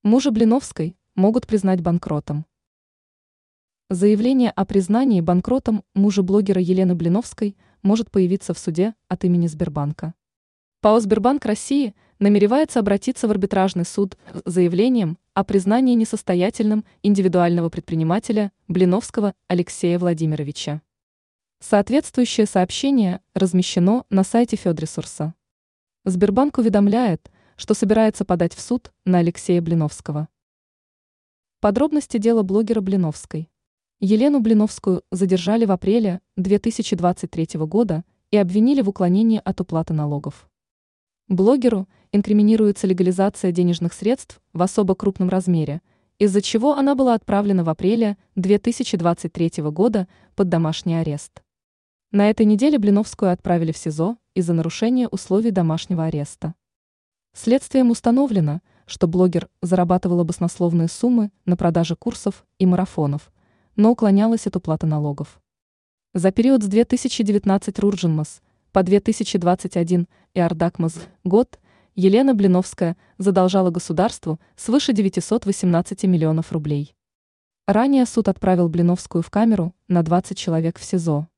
Мужа Блиновской могут признать банкротом. Заявление о признании банкротом мужа блогера Елены Блиновской может появиться в суде от имени Сбербанка. ПАО «Сбербанк России» намеревается обратиться в арбитражный суд с заявлением о признании несостоятельным индивидуального предпринимателя Блиновского Алексея Владимировича. Соответствующее сообщение размещено на сайте Федресурса. Сбербанк уведомляет, что собирается подать в суд на Алексея Блиновского. Подробности дела блогера Блиновской. Елену Блиновскую задержали в апреле 2023 года и обвинили в уклонении от уплаты налогов. Блогеру инкриминируется легализация денежных средств в особо крупном размере, из-за чего она была отправлена в апреле 2023 года под домашний арест. На этой неделе Блиновскую отправили в СИЗО из-за нарушения условий домашнего ареста. Следствием установлено, что блогер зарабатывала баснословные суммы на продаже курсов и марафонов, но уклонялась от уплаты налогов. За период с 2019 Рурджинмас по 2021 Иордакмас год Елена Блиновская задолжала государству свыше 918 миллионов рублей. Ранее суд отправил Блиновскую в камеру на 20 человек в СИЗО.